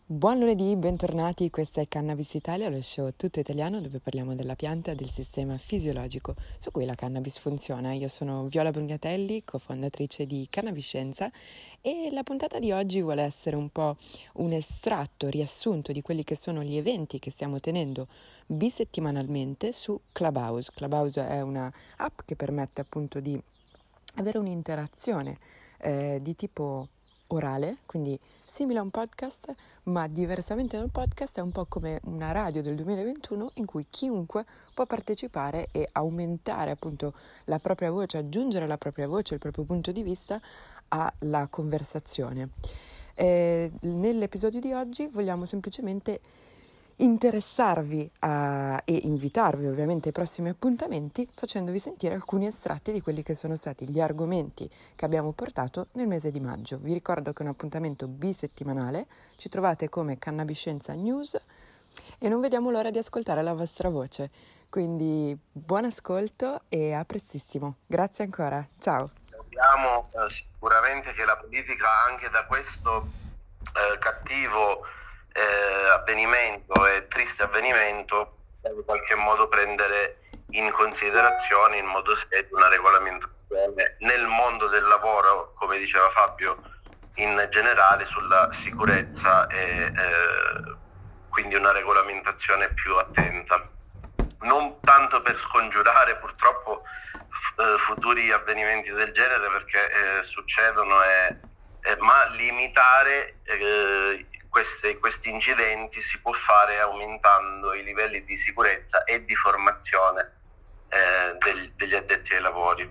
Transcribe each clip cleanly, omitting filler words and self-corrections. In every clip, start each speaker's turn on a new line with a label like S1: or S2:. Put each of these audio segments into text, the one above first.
S1: Buon lunedì, bentornati, questa è Cannabis Italia, lo show tutto italiano dove parliamo della pianta e del sistema fisiologico su cui la cannabis funziona. Io sono Viola Brugnatelli, cofondatrice di Cannabiscienza, e la puntata di oggi vuole essere un po' un estratto, riassunto di quelli che sono gli eventi che stiamo tenendo bisettimanalmente su Clubhouse. Clubhouse è una app che permette appunto di avere un'interazione di tipo orale, quindi simile a un podcast, ma diversamente dal podcast. È un po' come una radio del 2021 in cui chiunque può partecipare e aumentare appunto la propria voce, aggiungere la propria voce, il proprio punto di vista alla conversazione. Nell'episodio di oggi vogliamo semplicemente interessarvi e invitarvi ovviamente ai prossimi appuntamenti, facendovi sentire alcuni estratti di quelli che sono stati gli argomenti che abbiamo portato nel mese di maggio. Vi ricordo che è un appuntamento bisettimanale, ci trovate come Cannabiscienza News e non vediamo l'ora di ascoltare la vostra voce. Quindi buon ascolto e a prestissimo. Grazie ancora, ciao!
S2: Vediamo sicuramente che la politica anche da questo cattivo avvenimento e triste avvenimento deve in qualche modo prendere in considerazione in modo serio una regolamentazione nel mondo del lavoro, come diceva Fabio, in generale sulla sicurezza e quindi una regolamentazione più attenta, non tanto per scongiurare purtroppo futuri avvenimenti del genere, perché succedono, ma limitare questi incidenti si può fare aumentando i livelli di sicurezza e di formazione degli addetti ai lavori.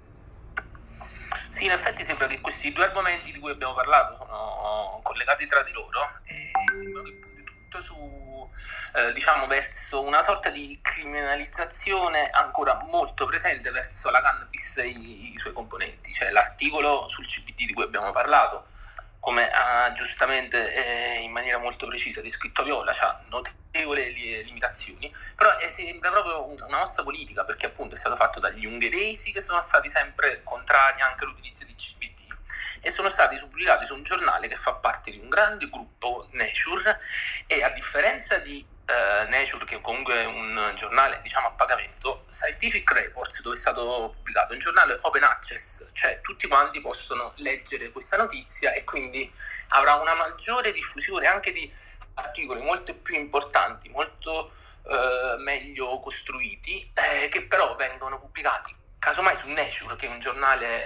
S3: Sì, in effetti sembra che questi due argomenti di cui abbiamo parlato sono collegati tra di loro e sembra che punti tutto su, verso una sorta di criminalizzazione ancora molto presente verso la cannabis e i suoi componenti. Cioè l'articolo sul CBD di cui abbiamo parlato, come ha giustamente in maniera molto precisa descritto Viola, c'ha notevoli limitazioni, però sembra proprio una mossa politica, perché appunto è stato fatto dagli ungheresi, che sono stati sempre contrari anche all'utilizzo di CBD, e sono stati pubblicati su un giornale che fa parte di un grande gruppo, Nature, e a differenza di Nature, che comunque è un giornale a pagamento, Scientific Reports, dove è stato pubblicato un giornale open access, cioè tutti quanti possono leggere questa notizia e quindi avrà una maggiore diffusione anche di articoli molto più importanti, molto meglio costruiti, che però vengono pubblicati casomai su Nature, che è un giornale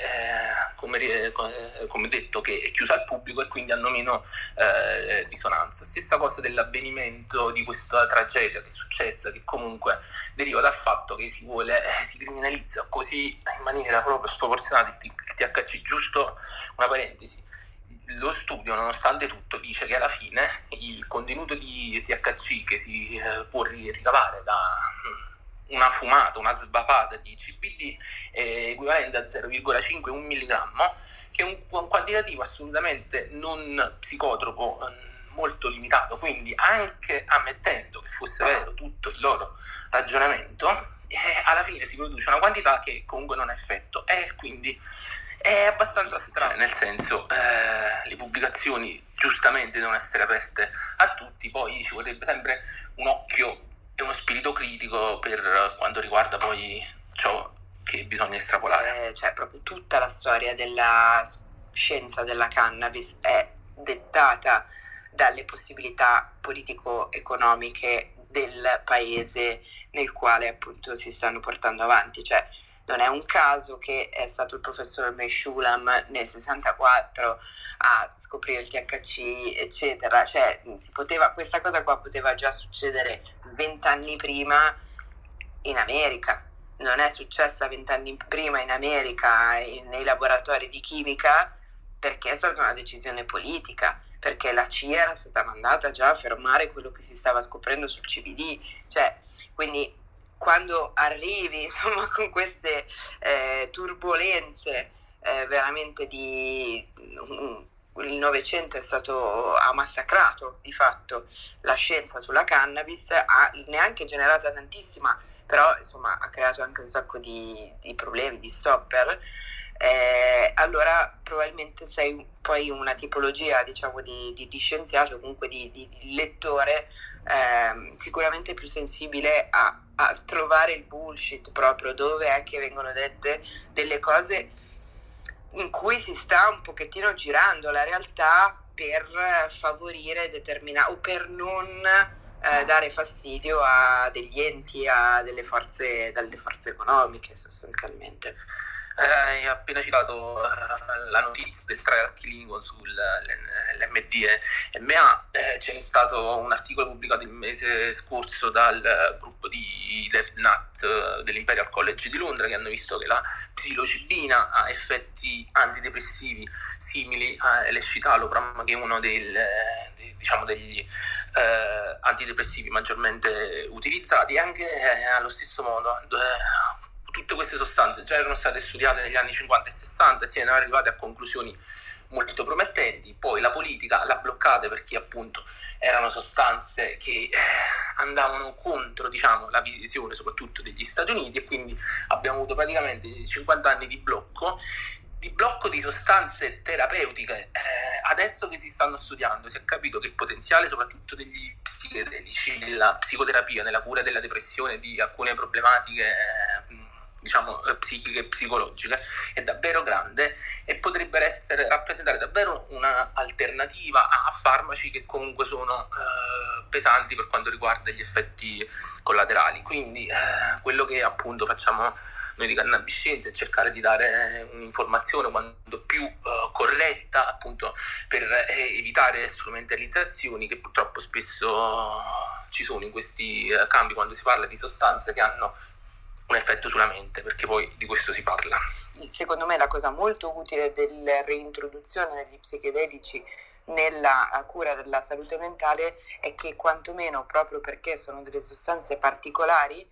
S3: come detto che è chiuso al pubblico e quindi hanno meno risonanza. Stessa cosa dell'avvenimento di questa tragedia che è successa, che comunque deriva dal fatto che si criminalizza così in maniera proprio sproporzionata il THC. Giusto una parentesi: lo studio, nonostante tutto, dice che alla fine il contenuto di THC che si può ricavare da una fumata, una svapata di CBD è equivalente a 0,5-1 milligrammo, che è un quantitativo assolutamente non psicotropo, molto limitato. Quindi, anche ammettendo che fosse vero tutto il loro ragionamento, alla fine si produce una quantità che comunque non ha effetto, e quindi è abbastanza strano, nel senso, le pubblicazioni giustamente devono essere aperte a tutti, poi ci vorrebbe sempre un occhio e uno spirito critico per quanto riguarda poi ciò che bisogna estrapolare.
S4: Cioè proprio tutta la storia della scienza della cannabis è dettata dalle possibilità politico-economiche del paese nel quale appunto si stanno portando avanti. Cioè non è un caso che è stato il professor Meshulam nel 64 a scoprire il THC, eccetera. Cioè questa cosa qua poteva già succedere 20 anni prima in America. Non è successa 20 anni prima in America nei laboratori di chimica perché è stata una decisione politica, perché la CIA era stata mandata già a fermare quello che si stava scoprendo sul CBD. Cioè, quindi quando arrivi insomma con queste turbolenze veramente il Novecento ha massacrato di fatto la scienza sulla cannabis, ha neanche generata tantissima, però insomma ha creato anche un sacco di problemi, di stopper. allora probabilmente sei poi una tipologia, diciamo, di scienziato, comunque di lettore, sicuramente più sensibile a trovare il bullshit, proprio dove è che vengono dette delle cose in cui si sta un pochettino girando la realtà per favorire o per non dare fastidio a degli enti, dalle forze economiche, sostanzialmente.
S3: Hai appena citato la notizia del trial clinical sull'MDMA. Ce n'è stato un articolo pubblicato il mese scorso dal gruppo di David Nutt dell'Imperial College di Londra, che hanno visto che la psilocibina ha effetti antidepressivi simili all'escitalopram, che è uno degli antidepressivi maggiormente utilizzati. Anche allo stesso modo tutte queste sostanze già erano state studiate negli anni 50 e 60, si erano arrivate a conclusioni molto promettenti, poi la politica l'ha bloccate perché appunto erano sostanze che andavano contro, diciamo, la visione soprattutto degli Stati Uniti, e quindi abbiamo avuto praticamente 50 anni di blocco di sostanze terapeutiche. Adesso che si stanno studiando, si è capito che il potenziale soprattutto degli psichedelici nella psicoterapia, nella cura della depressione, di alcune problematiche diciamo psichiche e psicologiche, è davvero grande e potrebbe rappresentare davvero una alternativa a farmaci che comunque sono pesanti per quanto riguarda gli effetti collaterali. Quindi quello che appunto facciamo noi di Cannabis Scienze è cercare di dare un'informazione quanto più corretta, appunto, per evitare strumentalizzazioni che purtroppo spesso ci sono in questi campi quando si parla di sostanze che hanno un effetto sulla mente, perché poi di questo si parla.
S4: Secondo me la cosa molto utile della reintroduzione degli psichedelici nella cura della salute mentale è che, quantomeno proprio perché sono delle sostanze particolari,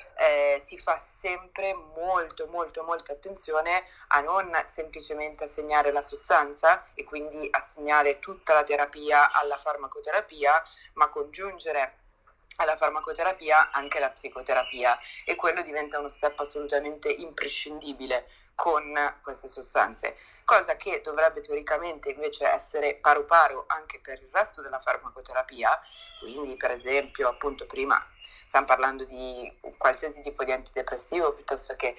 S4: si fa sempre molta attenzione a non semplicemente assegnare la sostanza e quindi assegnare tutta la terapia alla farmacoterapia, ma congiungere alla farmacoterapia anche la psicoterapia, e quello diventa uno step assolutamente imprescindibile con queste sostanze, cosa che dovrebbe teoricamente invece essere paro paro anche per il resto della farmacoterapia. Quindi, per esempio, appunto prima stiamo parlando di qualsiasi tipo di antidepressivo, piuttosto che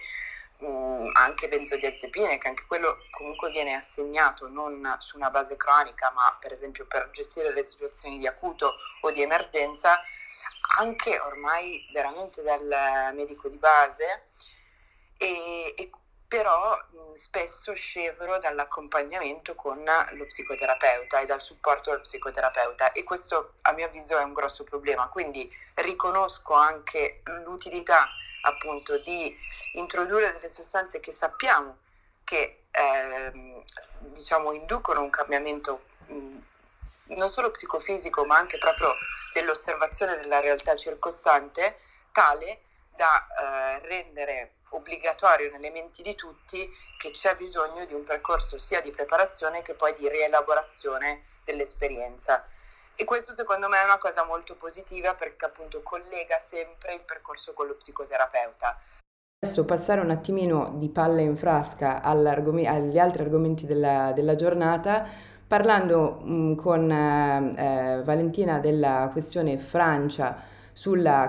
S4: anche benzodiazepine, che anche quello comunque viene assegnato non su una base cronica, ma per esempio per gestire le situazioni di acuto o di emergenza, anche ormai veramente dal medico di base, e però spesso scevro dall'accompagnamento con lo psicoterapeuta e dal supporto allo psicoterapeuta, e questo a mio avviso è un grosso problema. Quindi riconosco anche l'utilità appunto di introdurre delle sostanze che sappiamo che diciamo inducono un cambiamento non solo psicofisico, ma anche proprio dell'osservazione della realtà circostante, tale da rendere obbligatorio nelle menti di tutti che c'è bisogno di un percorso sia di preparazione che poi di rielaborazione dell'esperienza. E questo secondo me è una cosa molto positiva, perché appunto collega sempre il percorso con lo psicoterapeuta.
S1: Adesso passare un attimino di palla in frasca agli altri argomenti della giornata, parlando con Valentina della questione Francia, sulla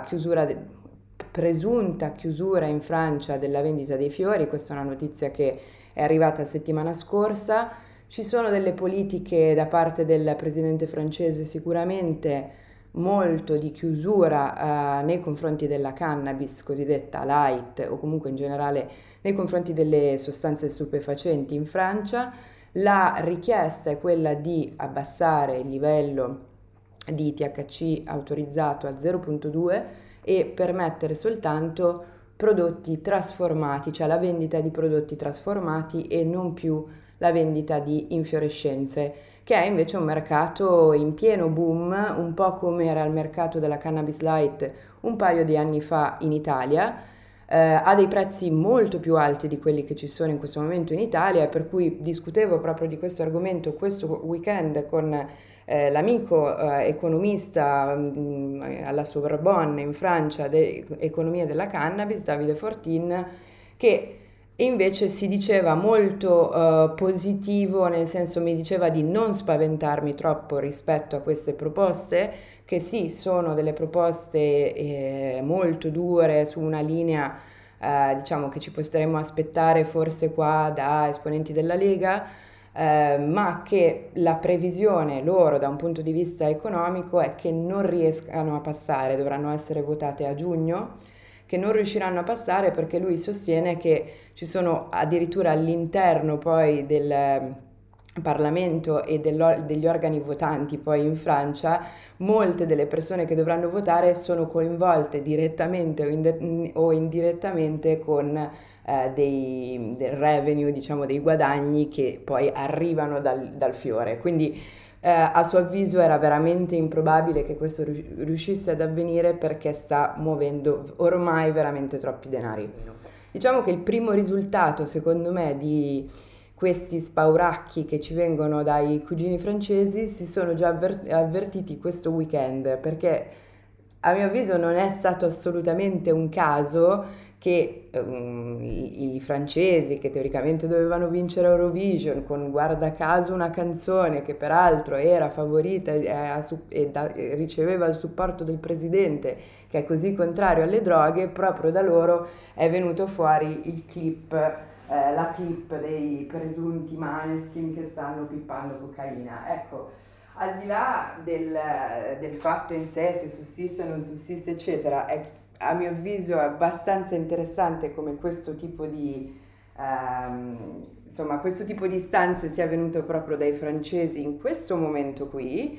S1: presunta chiusura in Francia della vendita dei fiori. Questa è una notizia che è arrivata settimana scorsa. Ci sono delle politiche da parte del presidente francese sicuramente molto di chiusura nei confronti della cannabis cosiddetta light, o comunque in generale nei confronti delle sostanze stupefacenti in Francia. La richiesta è quella di abbassare il livello di THC autorizzato a 0,2 e permettere soltanto prodotti trasformati, cioè la vendita di prodotti trasformati e non più la vendita di infiorescenze, che è invece un mercato in pieno boom, un po' come era il mercato della cannabis light un paio di anni fa in Italia, ha dei prezzi molto più alti di quelli che ci sono in questo momento in Italia, per cui discutevo proprio di questo argomento questo weekend con l'amico economista alla Sorbonne in Francia, economia della cannabis, Davide Fortin, che E invece si diceva molto positivo, nel senso mi diceva di non spaventarmi troppo rispetto a queste proposte, che sì, sono delle proposte molto dure su una linea, diciamo che ci potremmo aspettare forse qua da esponenti della Lega, ma che la previsione loro da un punto di vista economico è che non riescano a passare, dovranno essere votate a giugno, che non riusciranno a passare perché lui sostiene che ci sono addirittura all'interno poi del Parlamento e degli organi votanti poi in Francia, molte delle persone che dovranno votare sono coinvolte direttamente o indirettamente con del revenue, diciamo dei guadagni che poi arrivano dal fiore. Quindi a suo avviso era veramente improbabile che questo riuscisse ad avvenire perché sta muovendo ormai veramente troppi denari. Diciamo che il primo risultato, secondo me, di questi spauracchi che ci vengono dai cugini francesi si sono già avvertiti questo weekend, perché a mio avviso non è stato assolutamente un caso che i francesi, che teoricamente dovevano vincere Eurovision, con guarda caso una canzone che peraltro era favorita e riceveva il supporto del presidente, che è così contrario alle droghe, proprio da loro è venuto fuori il clip, la clip dei presunti Maneskin che stanno pippando cocaina. Ecco, al di là del fatto in sé, se sussiste o non sussiste, eccetera, a mio avviso è abbastanza interessante come questo tipo di insomma, questo tipo di istanze sia venuto proprio dai francesi in questo momento qui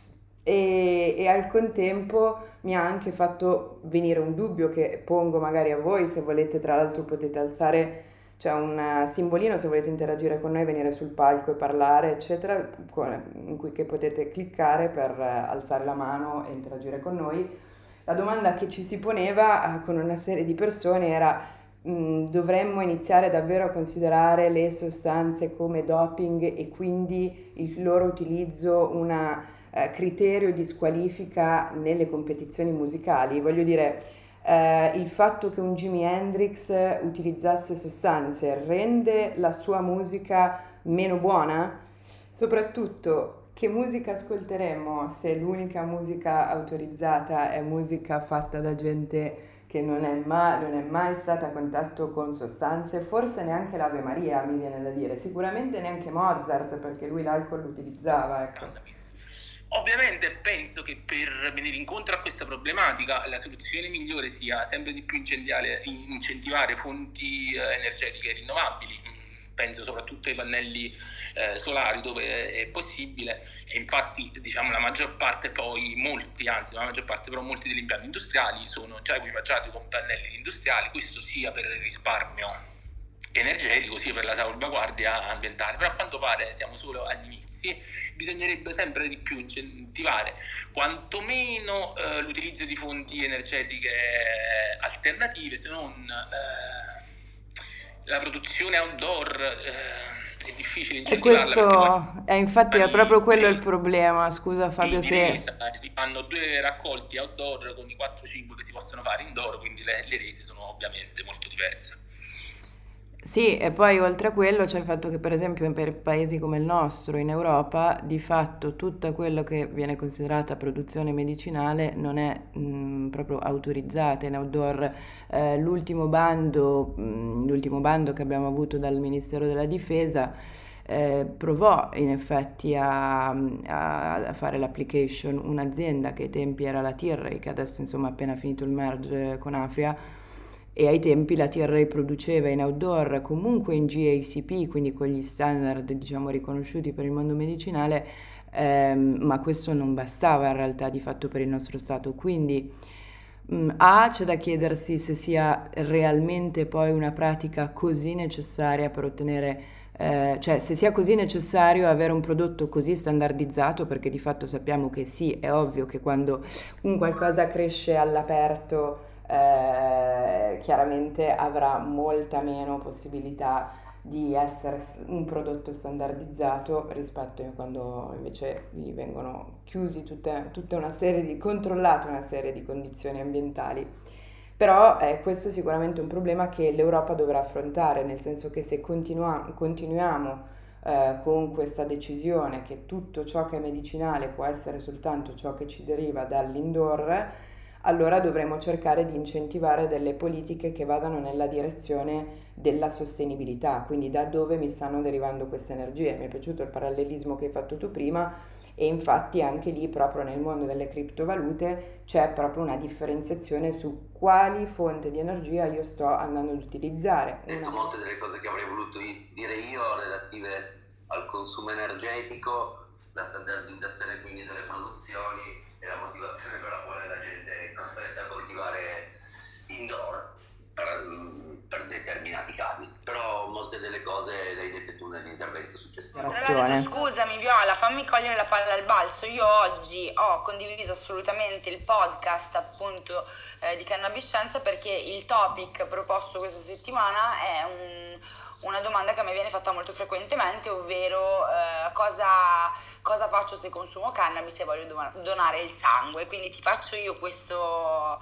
S1: e al contempo mi ha anche fatto venire un dubbio che pongo magari a voi, se volete, tra l'altro potete alzare, c'è un simbolino se volete interagire con noi, venire sul palco e parlare, eccetera, che potete cliccare per alzare la mano e interagire con noi. La domanda che ci si poneva con una serie di persone era: dovremmo iniziare davvero a considerare le sostanze come doping e quindi il loro utilizzo un criterio di squalifica nelle competizioni musicali? Voglio dire, il fatto che un Jimi Hendrix utilizzasse sostanze rende la sua musica meno buona? Soprattutto, che musica ascolteremo se l'unica musica autorizzata è musica fatta da gente che non è mai stata a contatto con sostanze? Forse neanche l'Ave Maria, mi viene da dire, sicuramente neanche Mozart, perché lui l'alcol lo utilizzava, ecco.
S3: Ovviamente penso che per venire incontro a questa problematica la soluzione migliore sia sempre di più incentivare fonti energetiche rinnovabili. Penso soprattutto ai pannelli solari dove è possibile, e infatti diciamo la maggior parte però molti degli impianti industriali sono già equipaggiati con pannelli industriali, questo sia per il risparmio energetico sia per la salvaguardia ambientale, però a quanto pare siamo solo agli inizi, bisognerebbe sempre di più incentivare quantomeno l'utilizzo di fonti energetiche alternative, se non la produzione outdoor. È difficile incentivarla.
S1: E questo è infatti è proprio quello il problema. Scusa Fabio, se
S3: si fanno 2 raccolti outdoor con i 4-5 che si possono fare indoor, quindi le rese sono ovviamente molto diverse.
S1: sì, e poi oltre a quello c'è il fatto che per esempio per paesi come il nostro in Europa di fatto tutto quello che viene considerata produzione medicinale non è proprio autorizzata in outdoor. L'ultimo bando che abbiamo avuto dal Ministero della Difesa provò in effetti a fare l'application un'azienda che ai tempi era la Tilray, che adesso insomma ha appena finito il merge con Afria, e ai tempi la Tilray produceva in outdoor comunque in GACP, quindi con gli standard diciamo riconosciuti per il mondo medicinale, ma questo non bastava in realtà di fatto per il nostro stato, quindi c'è da chiedersi se sia realmente poi una pratica così necessaria per ottenere, cioè se sia così necessario avere un prodotto così standardizzato, perché di fatto sappiamo che sì, è ovvio che quando un qualcosa cresce all'aperto chiaramente avrà molta meno possibilità di essere un prodotto standardizzato rispetto a quando invece gli vengono chiusi tutta una serie controllate una serie di condizioni ambientali. Però questo è sicuramente un problema che l'Europa dovrà affrontare, nel senso che se continuiamo con questa decisione che tutto ciò che è medicinale può essere soltanto ciò che ci deriva dall'indoor, allora dovremo cercare di incentivare delle politiche che vadano nella direzione della sostenibilità, quindi da dove mi stanno derivando queste energie. Mi è piaciuto il parallelismo che hai fatto tu prima e infatti anche lì proprio nel mondo delle criptovalute c'è proprio una differenziazione su quali fonti di energia io sto andando ad utilizzare.
S2: Ho detto molte delle cose che avrei voluto dire io relative al consumo energetico, la standardizzazione quindi delle produzioni e la motivazione per la quale la gente è costretta a coltivare indoor per determinati casi, però molte delle cose le hai dette tu nell'intervento successivo.
S4: Tra l'altro, scusami Viola, fammi cogliere la palla al balzo. Io oggi ho condiviso assolutamente il podcast appunto di Cannabiscienza, perché il topic proposto questa settimana è una domanda che a me viene fatta molto frequentemente, ovvero cosa faccio se consumo cannabis e voglio donare il sangue. Quindi ti faccio io questo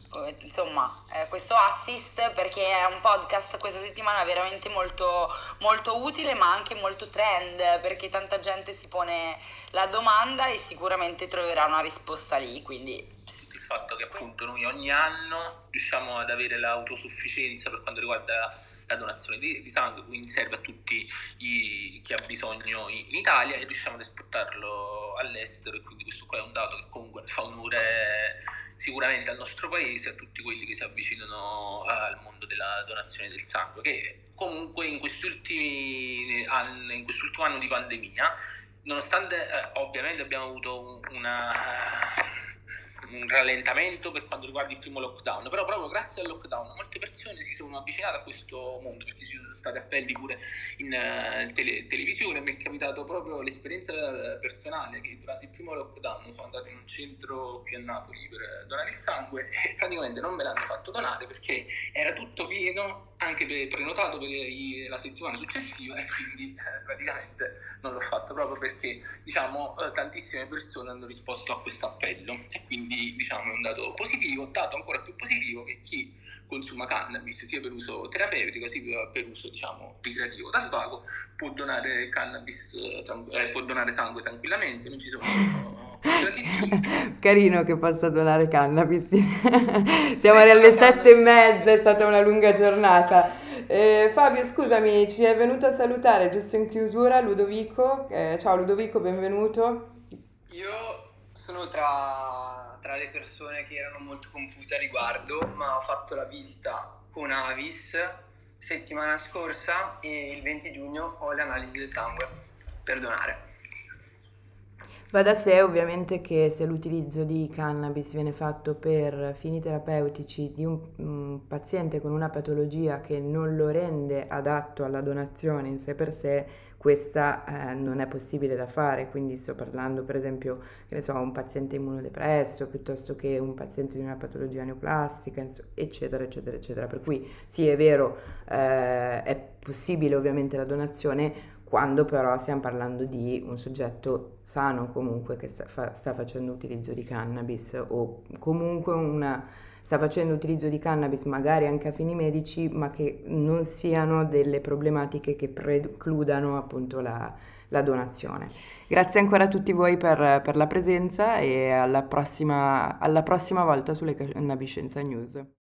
S4: assist, perché è un podcast questa settimana veramente molto, molto utile, ma anche molto trend, perché tanta gente si pone la domanda e sicuramente troverà una risposta lì. Quindi
S3: il fatto che appunto noi ogni anno riusciamo ad avere l'autosufficienza per quanto riguarda la donazione di sangue, quindi serve a tutti chi ha bisogno in Italia, e riusciamo ad esportarlo all'estero, e quindi questo qua è un dato che comunque fa onore sicuramente al nostro paese, a tutti quelli che si avvicinano al mondo della donazione del sangue, che comunque in quest'ultimo anno di pandemia, nonostante ovviamente abbiamo avuto un rallentamento per quanto riguarda il primo lockdown, però proprio grazie al lockdown molte persone si sono avvicinate a questo mondo, perché ci sono stati appelli pure in televisione. Mi è capitato proprio l'esperienza personale che durante il primo lockdown sono andato in un centro qui a Napoli per donare il sangue e praticamente non me l'hanno fatto donare perché era tutto pieno, anche prenotato per la settimana successiva, e quindi praticamente non l'ho fatto, proprio perché tantissime persone hanno risposto a questo appello, e quindi è un dato positivo, dato ancora più positivo che chi consuma cannabis sia per uso terapeutico sia per uso ricreativo da svago può donare cannabis, può donare sangue tranquillamente, non ci sono contraddizioni.
S1: Carino che possa donare cannabis. Siamo alle 7:30, è stata una lunga giornata. Fabio, scusami, ci è venuto a salutare giusto in chiusura Ludovico. Ciao Ludovico, benvenuto.
S5: Io sono tra le persone che erano molto confuse a riguardo, ma ho fatto la visita con Avis settimana scorsa e il 20 giugno ho le analisi del sangue per donare.
S1: Va da sé ovviamente che se l'utilizzo di cannabis viene fatto per fini terapeutici di un paziente con una patologia che non lo rende adatto alla donazione in sé per sé, questa non è possibile da fare. Quindi sto parlando per esempio, che ne so, un paziente immunodepresso piuttosto che un paziente di una patologia neoplastica, eccetera, eccetera, eccetera. Per cui sì, è vero, è possibile ovviamente la donazione, quando però stiamo parlando di un soggetto sano comunque che sta facendo utilizzo di cannabis, o comunque sta facendo utilizzo di cannabis magari anche a fini medici, ma che non siano delle problematiche che precludano appunto la donazione. Grazie ancora a tutti voi per la presenza e alla prossima volta sulle Cannabiscienza News.